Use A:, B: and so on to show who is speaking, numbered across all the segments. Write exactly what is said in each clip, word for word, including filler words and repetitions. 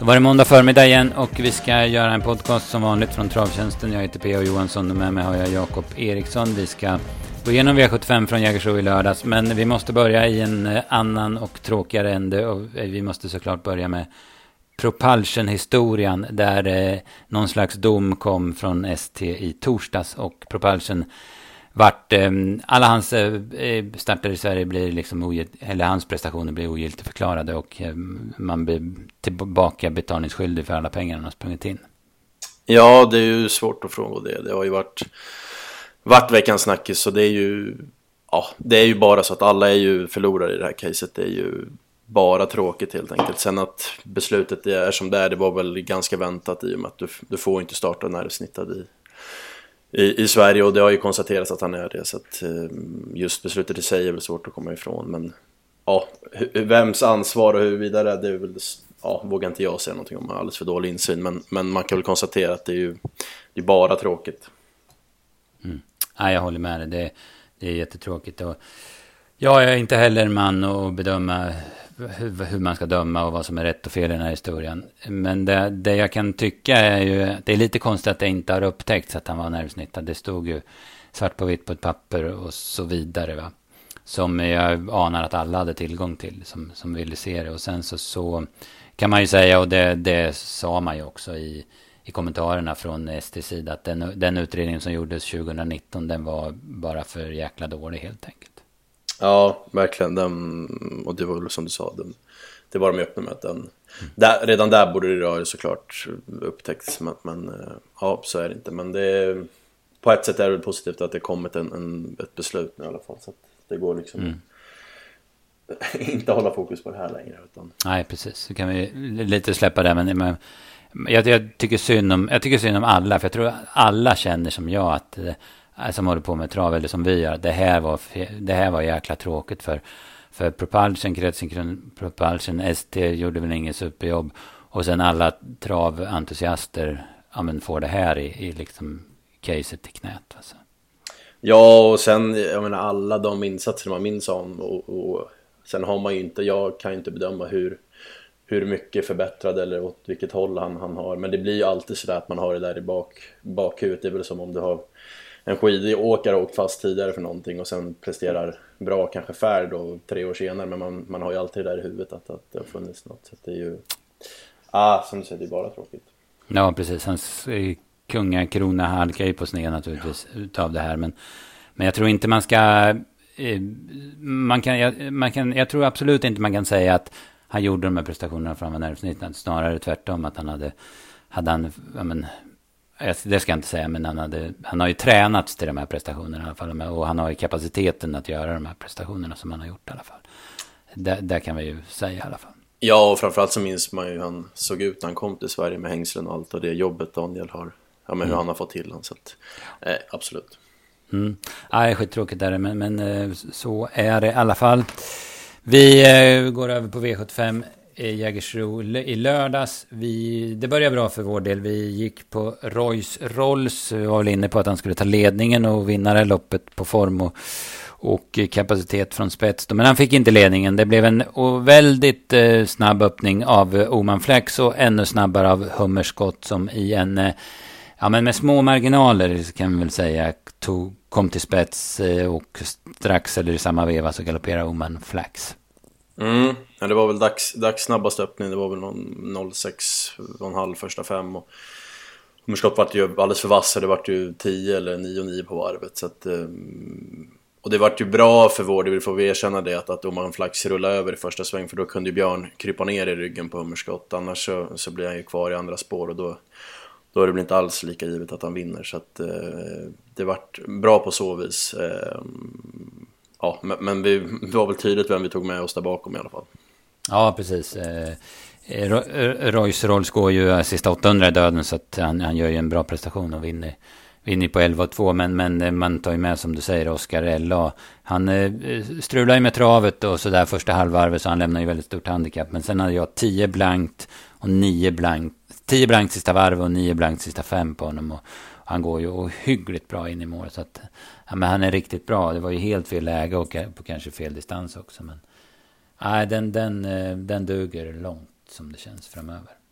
A: Då var det måndag förmiddag igen och vi ska göra en podcast som vanligt från Travtjänsten. Jag heter P A Johansson och med mig har jag Jakob Eriksson. Vi ska gå igenom V sjuttiofem från Jägersro i lördags, men vi måste börja i en annan och tråkigare ände och vi måste såklart börja med Propulsion-historien där eh, någon slags dom kom från S T i torsdags och Propulsion vart eh, alla hans eh, starter i Sverige blir liksom ogilt, eller hans prestationer blir ogiltigt förklarade och eh, man blir tillbaka betalningsskyldig för alla pengar han har sprungit in.
B: Ja, det är ju svårt att frångå det. Det har ju varit vart veckans snackis, så det är ju ja, det är ju bara så att alla är ju förlorare i det här caset. Det är ju bara tråkigt helt enkelt. Sen att beslutet är som det är, det var väl ganska väntat i och med att du, du får inte starta nervsnittad i I, i Sverige, och det har ju konstaterats att han är det, så att just beslutet i sig är väl svårt att komma ifrån, men ja, vems ansvar och hur vidare det är väl, ja, vågar inte jag säga någonting om, alldeles för dålig insyn, men, men man kan väl konstatera att det är ju det är bara tråkigt.
A: Mm. Ja, jag håller med dig, det, det är jättetråkigt och jag är inte heller man att bedöma hur, hur man ska döma och vad som är rätt och fel i den här historien. Men det, det jag kan tycka är ju, det är lite konstigt att det inte har upptäckts att han var nervsnittad. Det stod ju svart på vitt på ett papper och så vidare, va. Som jag anar att alla hade tillgång till som, som ville se det. Och sen så, så kan man ju säga, och det, det sa man ju också i, i kommentarerna från S T:s sida, att den, den utredningen som gjordes tjugonitton, den var bara för jäkla dålig helt enkelt.
B: Ja, verkligen. Den, och det var väl som du sa, den, det var de öppna med att den, mm. där, redan där borde det ha såklart upptäckts, men, men ja, så är det inte. Men det, på ett sätt är det positivt att det kommit en, en, ett beslut nu i alla fall, så att det går liksom mm. inte hålla fokus på det här längre. Utan... Nej, precis. Så kan vi lite släppa det, men, men jag, jag, tycker synd om, jag tycker synd om alla, för jag tror alla känner som jag att som håller på med trav eller som vi gör, det här var, det här var jäkla tråkigt för, för Propulsion, Kretsen Propulsion, S T gjorde väl ingen superjobb och sen alla traventusiaster ja, men får det här i, i liksom caset i knät. Alltså. Ja, och sen jag menar alla de insatser man minns om och, och sen har man ju inte, jag kan ju inte bedöma hur hur mycket förbättrad eller åt vilket håll han, han har, men det blir ju alltid så där att man har det där i bak, bakhuvudet. Det är väl som om du har en skidåkare åkt fast tidigare för någonting och sen presterar bra kanske färd då tre år senare, men man, man har ju alltid det där i huvudet att, att det har funnits något, så det är ju ah, som du säger, det är bara tråkigt.
A: Ja, precis, hans eh, kungakrona halkar ju på sned naturligtvis ja. Utav det här, men, men jag tror inte man ska eh, man kan, jag, man kan, jag tror absolut inte man kan säga att han gjorde de här prestationerna för att han var nervsnittad, snarare tvärtom att han hade, hade han, ja, men det ska jag inte säga, men han, hade, han har ju tränats till de här prestationerna i alla fall, och han har ju kapaciteten att göra de här prestationerna som han har gjort i alla fall. Det, det kan vi ju säga i alla fall.
B: Ja, och framförallt så minns man ju hur han såg ut när han kom till Sverige med hängslen och allt, och det jobbet Daniel har, ja, men hur mm. han har fått till han, så att, eh, absolut.
A: Mm. Ja, skittråkigt där, men, men så är det i alla fall. Vi eh, går över på V sjuttiofem i Jägersro i lördags. Vi, det började bra för vår del. Vi gick på Royce Rolls. Vi var väl inne på att han skulle ta ledningen och vinna det loppet på form och, och kapacitet från spets. Men han fick inte ledningen. Det blev en väldigt eh, snabb öppning av Oman Flex och ännu snabbare av Hummerskott som i en, eh, ja, men med små marginaler kan vi väl säga, tog, kom till spets eh, och strax eller i samma veva så galopperade Oman Flex.
B: Mm, ja, det var väl dags, dags snabbast öppning. Det var väl någon noll sex och en halv första fem, och Hummerskott var ju alldeles för vass. Det var ju tio eller nio nio på varvet, så att, och det var ju bra för vår, det vill få vi erkänna det, att, att om man flax rulla över i första sväng, för då kunde ju Björn krypa ner i ryggen på Hummerskott. Annars så, så blir han ju kvar i andra spår, och då, då är det väl inte alls lika givet att han vinner, så att det vart bra på så vis. Ja, men, men vi, det var väl tydligt vem vi tog med oss där bakom i alla fall.
A: Ja, precis. Eh, Royce Rolls går ju sista åttahundra i döden, så att han, han gör ju en bra prestation och vinner, vinner på elva två. Men, men man tar ju med, som du säger, Oscar L A. Han eh, strular ju med travet och så där första halvvarvet, så han lämnar ju väldigt stort handikapp. Men sen hade jag tio blankt och nio blankt. tio blankt sista varv och nio blankt sista fem på honom. Och, och han går ju ohyggligt bra in i mål, så att ja, men han är riktigt bra. Det var ju helt fel läge och på kanske fel distans också. Men nej, den, den, den duger långt som det känns framöver.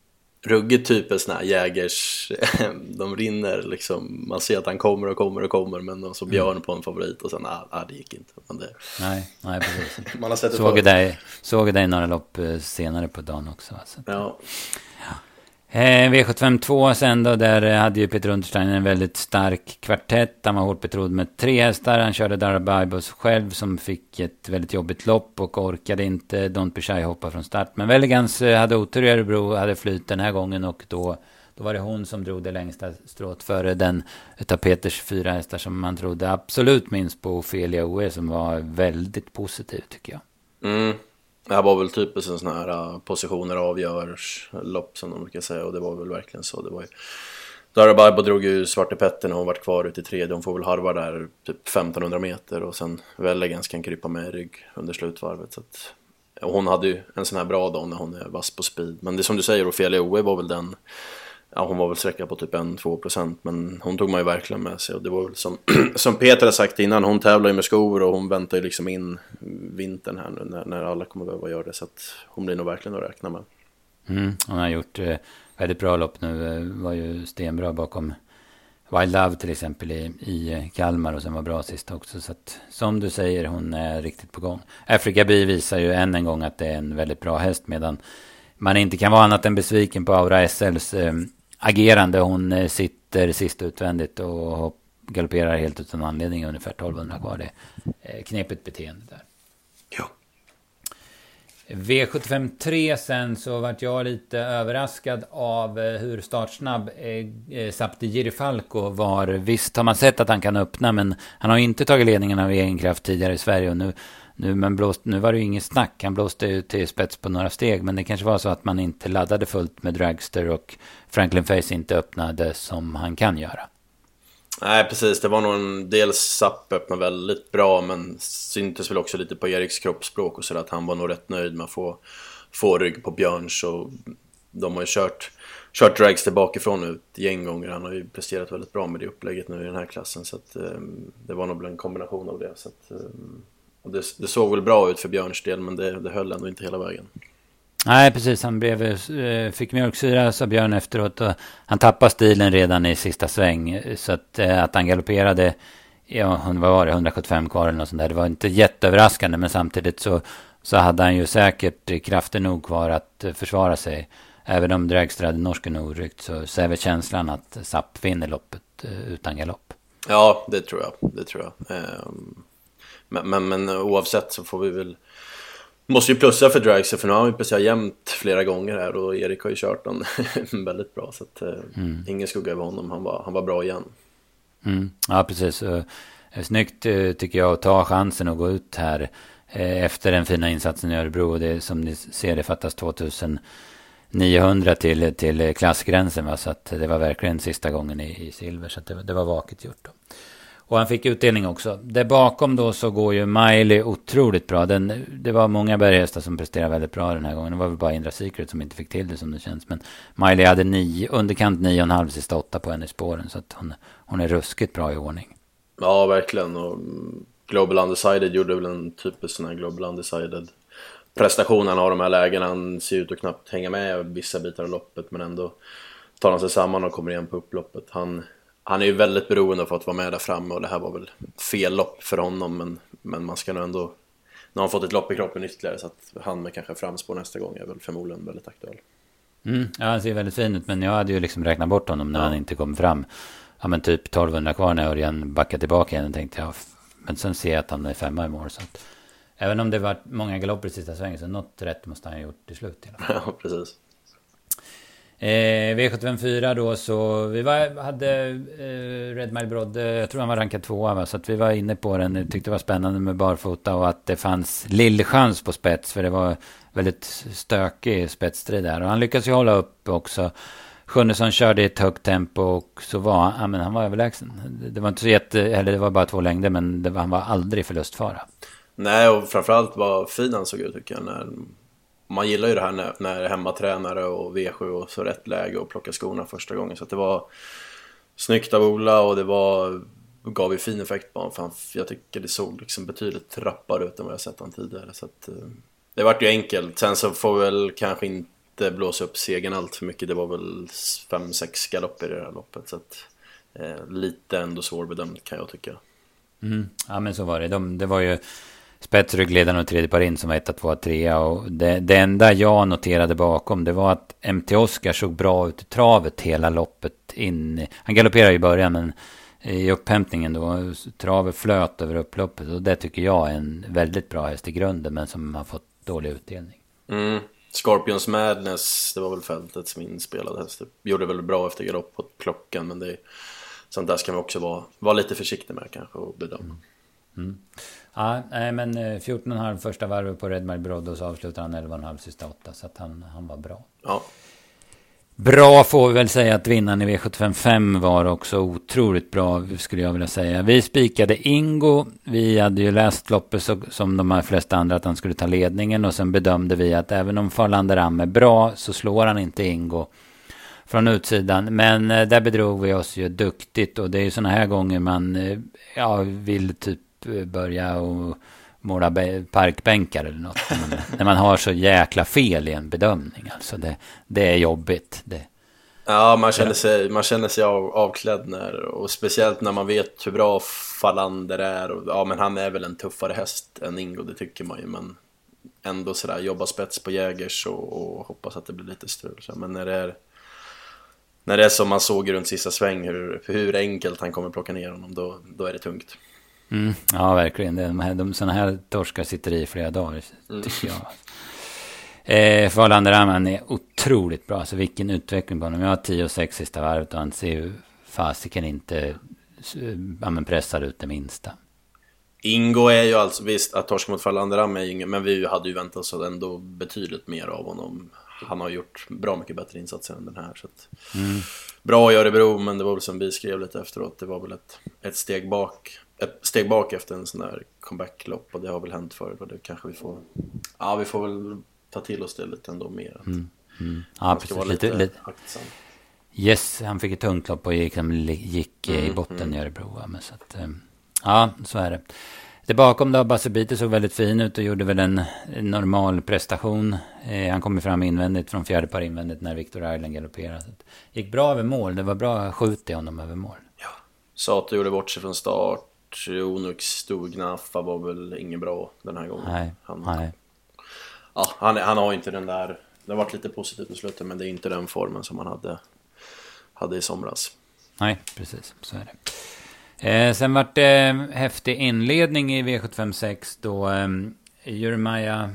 B: ruggigt typer såna här jägers. De rinner liksom. Man ser att han kommer och kommer och kommer. Men de så Björn på en favorit. Och sen, ah, ah det gick inte. Men det...
A: Nej, nej, precis.
B: Man har sett det
A: såg, dig, såg dig några lopp senare på dagen också. Så.
B: Ja.
A: Eh, V sjuttiofem två sen då, där hade ju Peter Untersteiner en väldigt stark kvartett. Han var hårt betrodd med tre hästar. Han körde Darabibos själv som fick ett väldigt jobbigt lopp och orkade inte. Don't Be Shy hoppa från start. Men Velligans hade otur i Örebro, hade flyt den här gången och då, då var det hon som drog det längsta strået före den utav Peters fyra hästar som man trodde absolut minst på, Ophelia O E, som var väldigt positiv tycker jag.
B: Mm. Det här var väl typiskt en sån här uh, positioner avgörs lopp som de brukar säga, och det var väl verkligen så. Det var ju Darabibo drog ju Svarte Petter när hon var kvar ute i tredje. Hon får väl harva där typ femtonhundra meter och sen Velligans kan krypa med i rygg under slutvarvet. Så att, och hon hade ju en sån här bra dag när hon är vass på speed. Men det som du säger, Ophelia O E var väl den, ja, hon var väl sträcka på typ en till två procent, men hon tog man ju verkligen med sig. Och det var väl som, som Peter har sagt innan, hon tävlar ju med skor och hon väntar ju liksom in vintern här nu när, när alla kommer behöva göra det. Så att hon blir nog verkligen att räkna med.
A: Mm, hon har gjort eh, väldigt bra lopp nu, eh, var ju stenbra bakom Wild Love till exempel i, i Kalmar och sen var bra sist också. Så att, som du säger, hon är riktigt på gång. Africa Bee visar ju än en gång att det är en väldigt bra häst, medan man inte kan vara annat än besviken på Aura S L:s eh, agerande. Hon eh, sitter sist utvändigt och galopperar helt utan anledning, ungefär tolvhundra kvar. Det är eh, knepigt beteende där.
B: Ja.
A: V sjuttiofem tre sen så vart jag lite överraskad av eh, hur startsnabb eh, Sapti Girifalco var. Visst har man sett att han kan öppna, men han har inte tagit ledningen av egen kraft tidigare i Sverige, och nu Nu, men blåst, nu var det ju inget snack. Han blåste ju till spets på några steg. Men det kanske var så att man inte laddade fullt med Dragster och Franklin Face inte öppnade som han kan göra.
B: Nej, precis. Det var nog en del Sapp öppnade väldigt bra, men syntes väl också lite på Eriks kroppsspråk och så att han var nog rätt nöjd med att få, få rygg på Björn. Så de har ju kört, kört Dragster bakifrån nu ett gäng gånger. Han har ju presterat väldigt bra med det upplägget nu i den här klassen. Så att, um, det var nog en kombination av det. Så att... Um, Och det, det såg väl bra ut för Björns del, men det, det höll ändå inte hela vägen.
A: Nej, precis. Han blev, fick mjölksyra, sa Björn efteråt. Och han tappade stilen redan i sista sväng. Så att, att han galopperade, ja, vad var det, hundrasjuttiofem kvar eller något sånt där. Det var inte jätteöverraskande, men samtidigt så, så hade han ju säkert krafter nog kvar att försvara sig. Även om Dragster hade norsken oryckt, så, så är väl känslan att Sapp vinner loppet utan galopp.
B: Ja, det tror jag. Det tror jag. Um... Men, men, men oavsett så får vi väl, måste ju plussa för Dragster, för nu har han ju precis jämnt flera gånger här och Erik har ju kört den väldigt bra, så att mm. ingen skugga över honom, han var, han var bra igen.
A: Mm. Ja, precis. Snyggt tycker jag att ta chansen och gå ut här efter den fina insatsen i Örebro. Det, som ni ser, det fattas tjugoniohundra till, till klassgränsen, va? Så att det var verkligen sista gången i, i silver, så att det, det var vaket gjort då. Och han fick utdelning också. Där bakom då så går ju Miley otroligt bra. Den, det var många berghästar som presterade väldigt bra den här gången. Det var väl bara Indra Secret som inte fick till det, som det känns. Men Miley hade nio, underkant nio och en halv sista åtta på henne i spåren. Så att hon, hon är ruskigt bra i ordning.
B: Ja, verkligen. Och Global Undecided gjorde väl en typisk sån här Global Undecided prestation. Han har de här lägena. Han ser ut att knappt hänga med vissa bitar av loppet, men ändå tar han sig samman och kommer igen på upploppet. Han... Han är ju väldigt beroende av att vara med där framme, och det här var väl fel lopp för honom, men, men man ska nog ändå, när han fått ett lopp i kroppen ytterligare, så att han med kanske framspår nästa gång är väl förmodligen väldigt aktuell.
A: Mm, ja, han ser väldigt fin ut, men jag hade ju liksom räknat bort honom när ja. han inte kom fram. Ja, men typ tolvhundra kvar när Örjan backade tillbaka igen, och tänkte jag, men sen ser jag att han är femma i mål, så att, även om det var många galopper i sista svängen, så något rätt måste han ha gjort till slut.
B: Ja, precis.
A: Eh, V sjuttiofem fyra då, så vi var, hade eh, Red Mile Broad, jag tror han var rankad tvåa, va? Så att vi var inne på den, jag tyckte det var spännande med barfota och att det fanns lillchans på spets, för det var väldigt stökig spetsstrid där, och han lyckades ju hålla upp också. Sjunnesson körde i ett högt tempo och så var ja, men han var överlägsen. Det var inte så jätte, eller det var bara två längder, men det var, han var aldrig förlustfara.
B: Nej, och framförallt var fin han såg ut, tycker jag, när... Man gillar ju det här när, när hemmatränare och V sju och så rätt läge och plocka skorna första gången. Så att det var snyggt av Ola, och det var, gav ju fin effekt på honom. För jag tycker det såg liksom betydligt trappare ut än vad jag sett han tidigare. Så att, det vart ju enkelt. Sen så får väl kanske inte inte blåsa upp segern allt för mycket. Det var väl fem sex galopper i det här loppet, så att, eh, lite ändå svårbedömt kan jag tycka.
A: Mm. Ja, men så var det. De, det var ju spetsryggledaren och tredje par in som var ett, två, tre. Och det, det enda jag noterade bakom, det var att M T Oscar såg bra ut i travet hela loppet in. Han galopperade i början, men i upphämtningen då, travet flöt över upploppet. Och det tycker jag är en väldigt bra häst i grunden, men som har fått dålig utdelning.
B: Mm. Scorpions Madness, det var väl fältet som inspelad häst. Det gjorde väl bra efter galopp på klockan, men det är, sånt där ska man också vara, vara lite försiktig med kanske och bedöma.
A: Mm. Mm. Ja, nej, men fjorton komma fem första varvet på Red Mile Broad, och så avslutar han elva komma fem sista åtta, så att han, han var bra.
B: Ja.
A: Bra får vi väl säga att vinnaren i V sjuttiofem fem var också otroligt bra, skulle jag vilja säga. Vi spikade Ingo. Vi hade ju läst loppet så, som de här flesta andra, att han skulle ta ledningen. Och sen bedömde vi att även om Farlander Am är bra, så slår han inte Ingo från utsidan. Men eh, där bedrog vi oss ju duktigt. Och det är ju såna här gånger man eh, ja, vill typ börja och måla parkbänkar eller något. Men, när man har så jäkla fel i en bedömning. Alltså det, det är jobbigt. Det.
B: Ja, man känner sig, man känner sig av, avklädd när, och speciellt när man vet hur bra Farlander är. Och, ja, men han är väl en tuffare häst än Ingo, det tycker man ju. Men ändå sådär, jobba spets på Jägers och, och hoppas att det blir lite strul. Men när det är när det är som man såg runt sista sväng, hur, hur enkelt han kommer plocka ner honom, då, då är det tungt.
A: Mm, ja, verkligen. De här, de, såna här torskar sitter i flera dagar, tycker mm. jag. Eh, Farlander Am är otroligt bra. Alltså vilken utveckling på honom. Jag har tio och sex sista varvet och han ser ju fasiken inte ja, men pressar ut det minsta.
B: Ingo är ju alltså, visst att torska mot Farlander Am är ju ingen, men vi hade ju väntat oss ändå betydligt mer av honom. Han har gjort bra mycket bättre insatser än den här, så att, mm. bra i Örebro, men det var väl som vi skrev lite efteråt, det var väl ett, ett steg bak ett steg bak efter en sån där comeback-lopp, och det har väl hänt förr, och det kanske vi får ja, vi får väl ta till oss det lite ändå mer.
A: Mm. Mm. Ja, precis. Lite, lite, lite. Yes, han fick ett tungt lopp och gick, gick mm, i botten mm. i Örebro. Men så att, ja, så är det. Det bakom då, Basse såg väldigt fin ut och gjorde väl en normal prestation. Eh, han kom fram invändigt från fjärde par invändigt när Victor Island galopperade. Gick bra över mål, det var bra skjut i honom över mål.
B: Ja, Sato gjorde bort sig från start. Onux Storgnaffa var väl ingen bra den här gången.
A: Nej,
B: han,
A: nej.
B: Ja, han, han har inte den där, det har varit lite positivt i slutet, men det är inte den formen som han hade, hade i somras.
A: Nej, precis, så är det. Eh, sen vart det häftig inledning i V sjuttiofem sex då eh, Jeremiah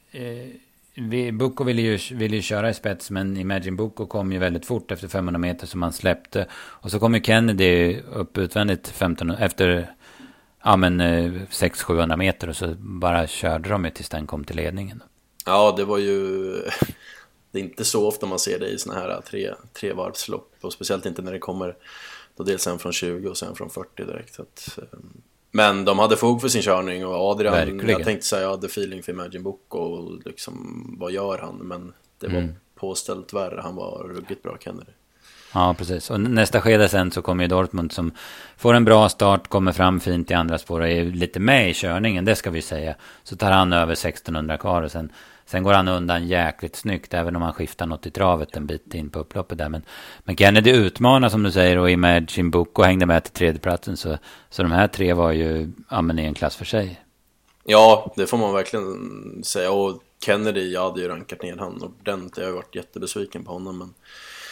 A: eh, Bucco ville ju, ville ju köra i spets, men Imagine Bucco kom ju väldigt fort efter femhundra meter som han släppte, och så kom ju Kennedy upp utvändigt femton efter ja men eh, sex till sjuhundra meter, och så bara körde de ju tills den kom till ledningen.
B: Ja, det var ju det är inte så ofta man ser det i såna här tre, tre varvslopp, och speciellt inte när det kommer då dels en från tjugo och sen från fyrtio direkt. Så att, men de hade fog för sin körning, och Adrian, verkligen. Jag tänkte säga, jag hade feeling för Imagine Bucco och liksom, vad gör han? Men det var mm. påställt värre, han var ruggigt bra, Kennedy.
A: Ja, precis. Och nästa skede sen så kommer ju Dortmund som får en bra start, kommer fram fint i andra spår och är lite med i körningen, det ska vi säga. Så tar han över sextonhundra kvar, och sen, sen går han undan jäkligt snyggt, även om han skiftar något i travet en bit in på upploppet där. Men, men Kennedy utmanar som du säger, och Imagine Bucco hängde med till tredjeplatsen, så, så de här tre var ju ja, men i en klass för sig.
B: Ja, det får man verkligen säga. Och Kennedy, jag hade ju rankat ner han ordentligt, jag har varit jättebesviken på honom, men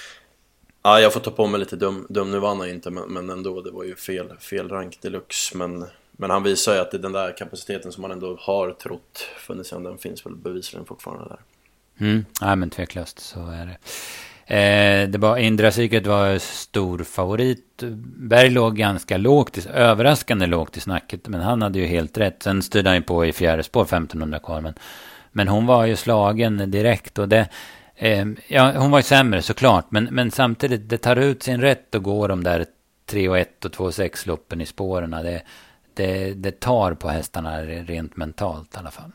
B: ja, jag får ta på mig lite dum, dum nu vann han inte, men, men ändå, det var ju fel, fel rank deluxe, men, men han visar ju att det, den där kapaciteten som man ändå har trott funnits, den finns väl bevisligen fortfarande där.
A: Mm, ja, men tveklöst så är det. Eh, det var, Indra Secret var stor favorit. Berg låg ganska lågt, överraskande lågt i snacket, men han hade ju helt rätt. Sen styrde han ju på i fjärde spår, femtonhundra kvar, men, men hon var ju slagen direkt, och det ja, hon var ju sämre såklart, men, men samtidigt, det tar ut sin rätt att gå de där tre och ett och två och sex loppen i spåren. Det, det, det tar på hästarna rent mentalt i alla fall.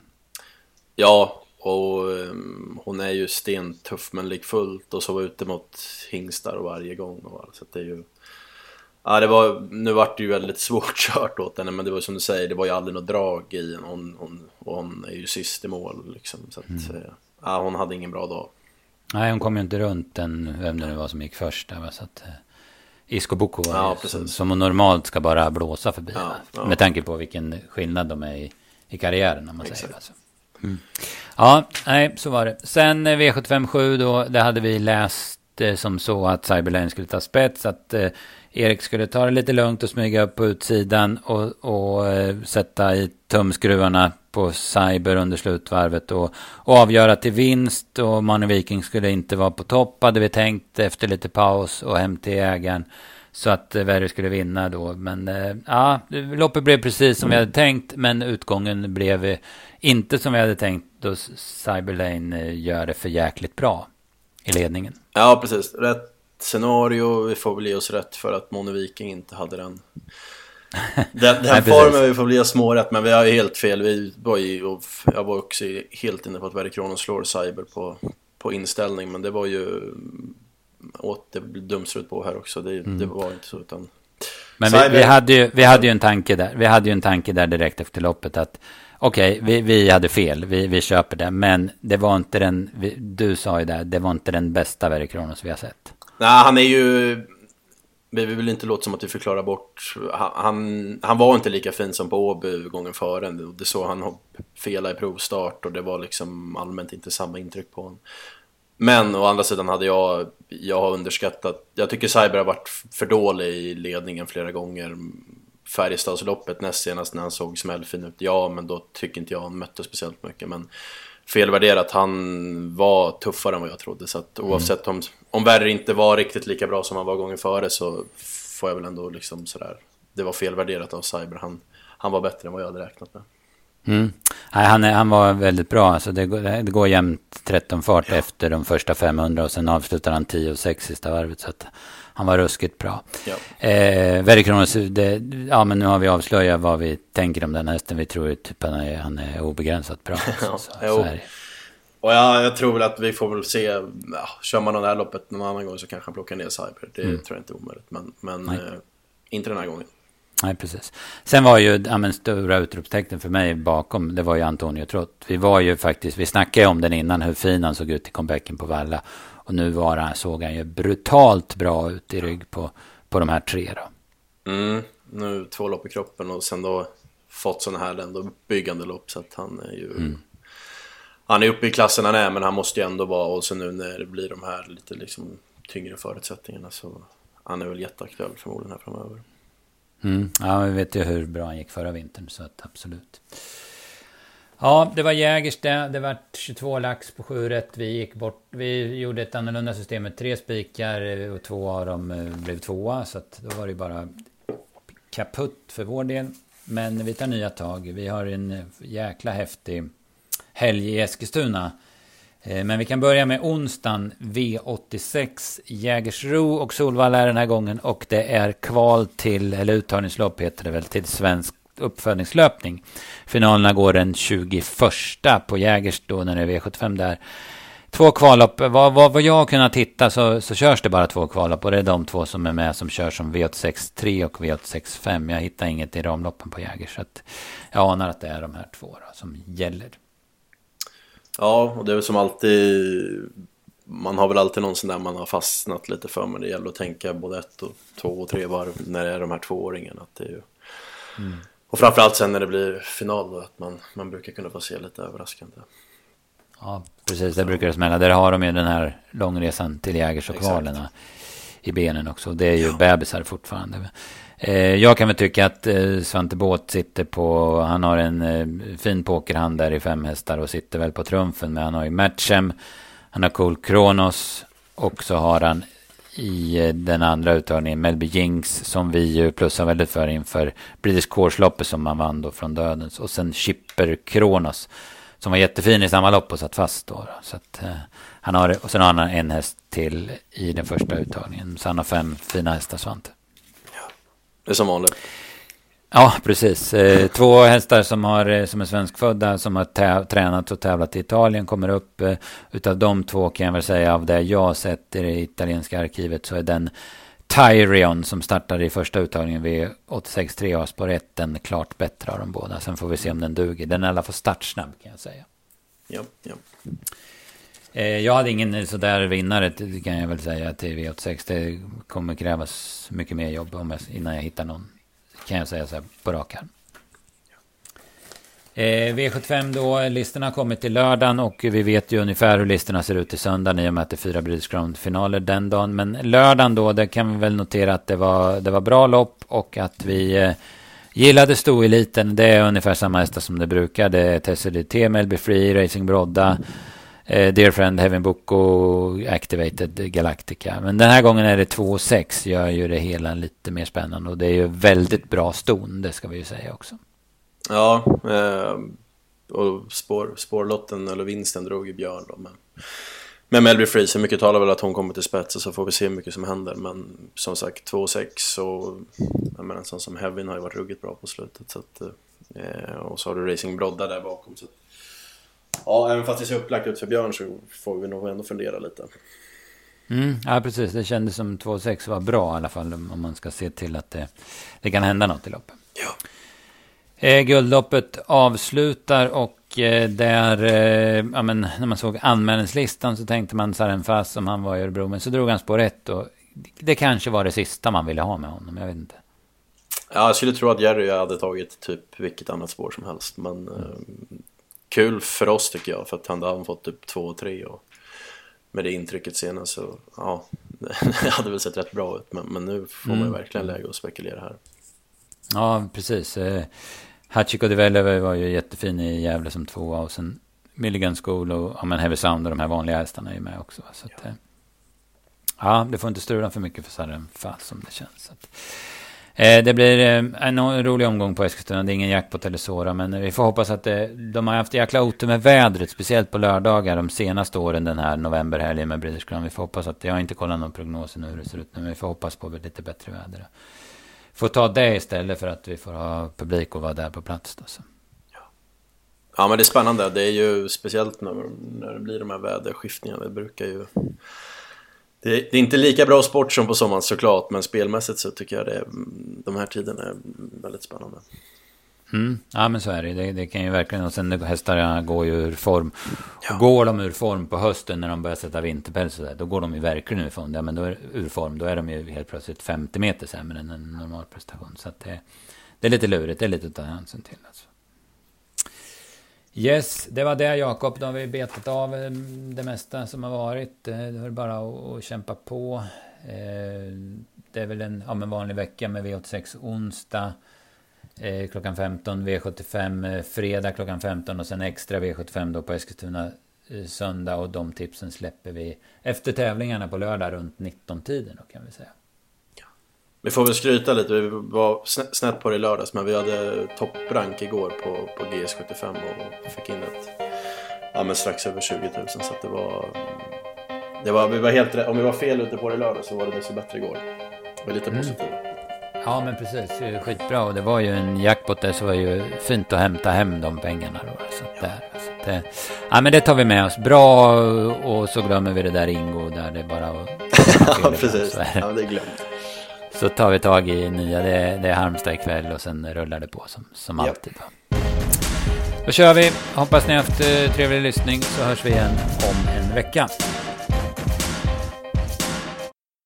B: Ja, och um, hon är ju stentuff, men likfullt, och så var ute mot hingstar varje gång. Och, så det är ju, ja, det var, nu var det ju väldigt svårt kört åt henne, men det var som du säger, det var ju aldrig något drag i hon, hon, och hon är ju sist i mål liksom, så att, mm. ja, hon hade ingen bra dag.
A: Nej, hon kom ju inte runt den, vem det nu var som gick först där, så att Isco Bucco
B: ja,
A: som, som hon normalt ska bara blåsa förbi.
B: Ja, ja.
A: Med tanke på vilken skillnad de är i, i karriären, om man Exakt. säger alltså. Mm. Ja, nej, så var det. Sen V sjuttiofem sju då, det hade vi läst eh, som så att Cyberlane skulle ta spets, att eh, Erik skulle ta det lite lugnt och smyga upp på utsidan och, och eh, sätta i tumskruvarna på Cyber under slutvarvet och, och avgöra till vinst, och Money Viking skulle inte vara på topp, hade vi tänkt, efter lite paus och hem till ägaren, så att eh, Verry skulle vinna då. Men eh, ja, loppet blev precis som vi hade tänkt, men utgången blev eh, inte som vi hade tänkt, då Cyberlane eh, gör det för jäkligt bra i ledningen.
B: Ja, precis. Rätt scenario, vi får väl ge oss rätt för att Money Viking inte hade den den, den formen, vi får bli smårätt, men vi har ju helt fel. Vi var ju, och jag var också helt inne på att Verry Kronos slår Cyber på, på inställning, men det var ju åt det dumsrut på här också, det, mm. det var inte så, utan
A: men vi, vi, hade ju, vi hade ju en tanke där vi hade ju en tanke där direkt efter loppet att okej, okay, vi, vi hade fel, vi, vi köper det, men det var inte den, vi, du sa ju där, det var inte den bästa Verry Kronos vi har sett.
B: Nej, han är ju, vi vill inte låta som att vi förklarar bort, han, han, han var inte lika fin som på Åby gången före, det så han felade i provstart och det var liksom allmänt inte samma intryck på honom. Men å andra sidan hade jag, jag har underskattat, jag tycker Cyber har varit för dålig i ledningen flera gånger. Färjestadsloppet näst senast när han såg smällfin ut, ja, men då tycker inte jag han mötte speciellt mycket, men felvärderat, han var tuffare än vad jag trodde, så att oavsett om, om Verry inte var riktigt lika bra som han var gången före, så får jag väl ändå liksom sådär, det var felvärderat av Cyber, han, han var bättre än vad jag hade räknat med.
A: Mm. Nej, han, är, han var väldigt bra, alltså det, går, det går jämnt tretton fart ja. efter de första femhundra och sen avslutar han tio och sex sista varvet, så att han var ruskigt bra. Ja. Eh, Verry Kronos, det, ja, men nu har vi avslöjat vad vi tänker om den hästen. Vi tror ju typ han är, han är obegränsat bra.
B: ja,
A: så,
B: så är det. Och ja, jag tror väl att vi får väl se, ja, kör man det här loppet någon annan gång så kanske han plockar ner Cyber. Det mm. tror jag inte är omöjligt, men, men eh, inte den här gången.
A: Nej, precis. Sen var ju ja, men stora utropstecknen för mig bakom, det var ju Antonio Trott. Vi var ju faktiskt, vi snackade om den innan, hur fin han såg ut i comebacken på Valla. Och nu var han, såg han ju brutalt bra ut i rygg på, på de här tre då.
B: Mm, nu två lopp i kroppen och sen då fått sådana här ändå byggande lopp, så att han är ju mm. han är uppe i klassen han är, men han måste ju ändå vara, och så nu när det blir de här lite liksom tyngre förutsättningarna, så han är väl jätteaktuell förmodligen här framöver.
A: Mm. Ja, vi vet ju hur bra han gick förra vintern, så att absolut. Ja, det var Jägers det. Det var tjugotvå lax på sju rätt. Vi gick bort. Vi gjorde ett annorlunda system med tre spikar och två av dem blev tvåa. Så att då var det bara kaputt för vår del. Men vi tar nya tag. Vi har en jäkla häftig helg i Eskilstuna. Men vi kan börja med onsdagen V åttiosex. Jägersro och Solvalla är den här gången. Och det är kval till, eller uttagningslopp heter det väl, till svensk uppfödningslöpning. Finalerna går den tjugoförsta på Jägers då, när det är V sjuttiofem där. Två kvallopp. Vad, vad, vad jag har kunnat titta så, så körs det bara två kvallopp. Och det är de två som är med som kör som V åttiosex tre och V åttiosex fem. Jag hittar inget i ramloppen på Jägers. Så att jag anar att det är de här två då, som gäller.
B: Ja, och det är väl som alltid, man har väl alltid någon sån där man har fastnat lite för, men det gäller att tänka både ett och två och tre varv när det är de här tvååringarna, att det är ju mm. och framförallt sen när det blir final då, att man, man brukar kunna få se lite överraskande.
A: Ja, precis, det brukar det smälla. Där har de ju den här långresan till Jägers och kvalerna i benen också. Det är ju ja. bebisar fortfarande. Jag kan väl tycka att Svante Båth sitter på, han har en fin pokerhand där i fem hästar och sitter väl på trumfen, men han har ju Matchem, han har Cool Kronos och så har han i den andra uttagningen Melby Jinx, som vi ju plussar väldigt för inför British Course-loppet som man vann då från Dödens, och sen Chipper Kronos som var jättefin i samma lopp och satt fast då, då. Så att eh, han har, och sen har han en häst till i den första uttagningen, så han har fem fina hästar, Svante.
B: Det är som vanligt.
A: Ja, precis. Eh, två hästar som, har, som är svenskfödda, som har täv- tränat och tävlat i Italien, kommer upp. Eh, utav de två kan jag väl säga, av det jag har sett i det italienska arkivet, så är den Tyrion som startade i första uttagningen vid åttiosex tre A spår ett den klart bättre av de båda. Sen får vi se om den duger. Den är i alla fall startsnabb, kan jag säga.
B: Ja, ja.
A: Jag hade ingen sådär vinnare, det kan jag väl säga, till V åttiosex. Det kommer krävas mycket mer jobb om jag, innan jag hittar någon, kan jag säga så här på rak arm. V sjuttiofem då, listorna har kommit till lördagen och vi vet ju ungefär hur listorna ser ut i söndagen i och med att det är fyra Breeders' Crown-finaler den dagen. Men lördagen då, där kan vi väl notera att det var, det var bra lopp och att vi eh, gillade stoeliten. Det är ungefär samma hästar som det brukar. Det är T C D T, Melby Free, Racing Brodda, eh, Dear Friend, Heaven Book och Activated Galactica. Men den här gången är det två sex, gör ju det hela lite mer spännande och det är ju väldigt bra ston, det ska vi ju säga också.
B: Ja, eh, och spår, spårlotten eller vinsten drog ju Björn då, men med Melby Free, så mycket talar väl att hon kommer till spets, så får vi se hur mycket som händer. Men som sagt, två sex och jag menar, en sån som Heaven har ju varit ruggigt bra på slutet, så att, eh, och så har du Racing Brodda där bakom, så att, ja, även fast det ser upplagt ut för Björn så får vi nog ändå fundera lite.
A: Mm, ja, precis, det kändes som två sex var bra i alla fall, om man ska se till att det, det kan hända något i loppet.
B: Ja.
A: Eh, guldloppet avslutar och eh, där, eh, ja, men, när man såg anmälningslistan så tänkte man Saren Fast som han var i Örebro, men så drog han spår ett och det kanske var det sista man ville ha med honom, jag vet inte.
B: Ja, jag skulle tro att Jerry hade tagit typ vilket annat spår som helst, men mm. eh, kul för oss tycker jag, för att han hade fått typ två och tre och med det intrycket senast så, ja, det hade väl sett rätt bra ut, men, men nu får mm. man ju verkligen läge att spekulera här.
A: Ja, precis. Eh, Hachiko de Velle var ju jättefin i Gävle som tvåa och sen Milligan School och ja, men Heavy Sound och de här vanliga hästarna är ju med också. Så att, eh, ja, det får inte strula för mycket för Saren Fast som det känns. Så att, eh, det blir eh, en rolig omgång på Eskilstuna. Det är ingen jackpot eller såra, men vi får hoppas att det, de har haft jäkla otur med vädret, speciellt på lördagar de senaste åren den här novemberhelgen med Breeders' Crown. Vi får hoppas att, jag har inte kollat någon prognos nu hur det ser ut nu, men vi får hoppas på lite bättre väder. Får ta det istället för att vi får ha publik och vara där på plats då, så.
B: Ja. Ja, men det är spännande. Det är ju speciellt när, när det blir de här väderskiftningarna. Det brukar ju... Det är, det är inte lika bra sport som på sommaren såklart, men spelmässigt så tycker jag det, de här tiderna är väldigt spännande.
A: Mm. Ja, men så är det. det. Det kan ju verkligen, och sen hästarna går ju ur form. Ja. Och går de ur form på hösten när de börjar sätta vinterpäls och där, då går de ju verkligen ur form. Ja, men då är ur form, då är de ju helt plötsligt femtio meter sämre än en normal prestation. Så att det, det är lite lurigt, det är lite att ta hänsyn till alltså. Yes, det var det Jakob. Då har vi betat av det mesta som har varit. Det är bara att kämpa på. Det är väl en, ja, en vanlig vecka med V åttiosex onsdag eh, klockan femton, V sjuttiofem eh, fredag klockan femton och sen extra V sjuttiofem då på Eskilstuna eh, söndag, och de tipsen släpper vi efter tävlingarna på lördag runt nitton-tiden då, kan vi säga.
B: Ja. Vi får väl skryta lite, vi var snett på det i lördags, men vi hade topprank igår på, på G S sjuttiofem och fick in ett, ja, men strax över tjugo tusen, så att det var, det var, vi var helt rätt. Om vi var fel ute på det i lördag så var det desto bättre igår. Det var lite mm. positivt.
A: Ja, men precis, skitbra, och det var ju en jackpot där, så var det ju fint att hämta hem de pengarna då, så att där, så att det, ja, men det tar vi med oss bra, och så glömmer vi det där Ingo där det är bara att
B: ja, precis, så, ja, det är glömt.
A: Så tar vi tag i nya, det, det är Halmstad ikväll och sen rullar det på som, som ja. alltid. Då kör vi, hoppas ni har haft trevlig lyssning, så hörs vi igen om en vecka.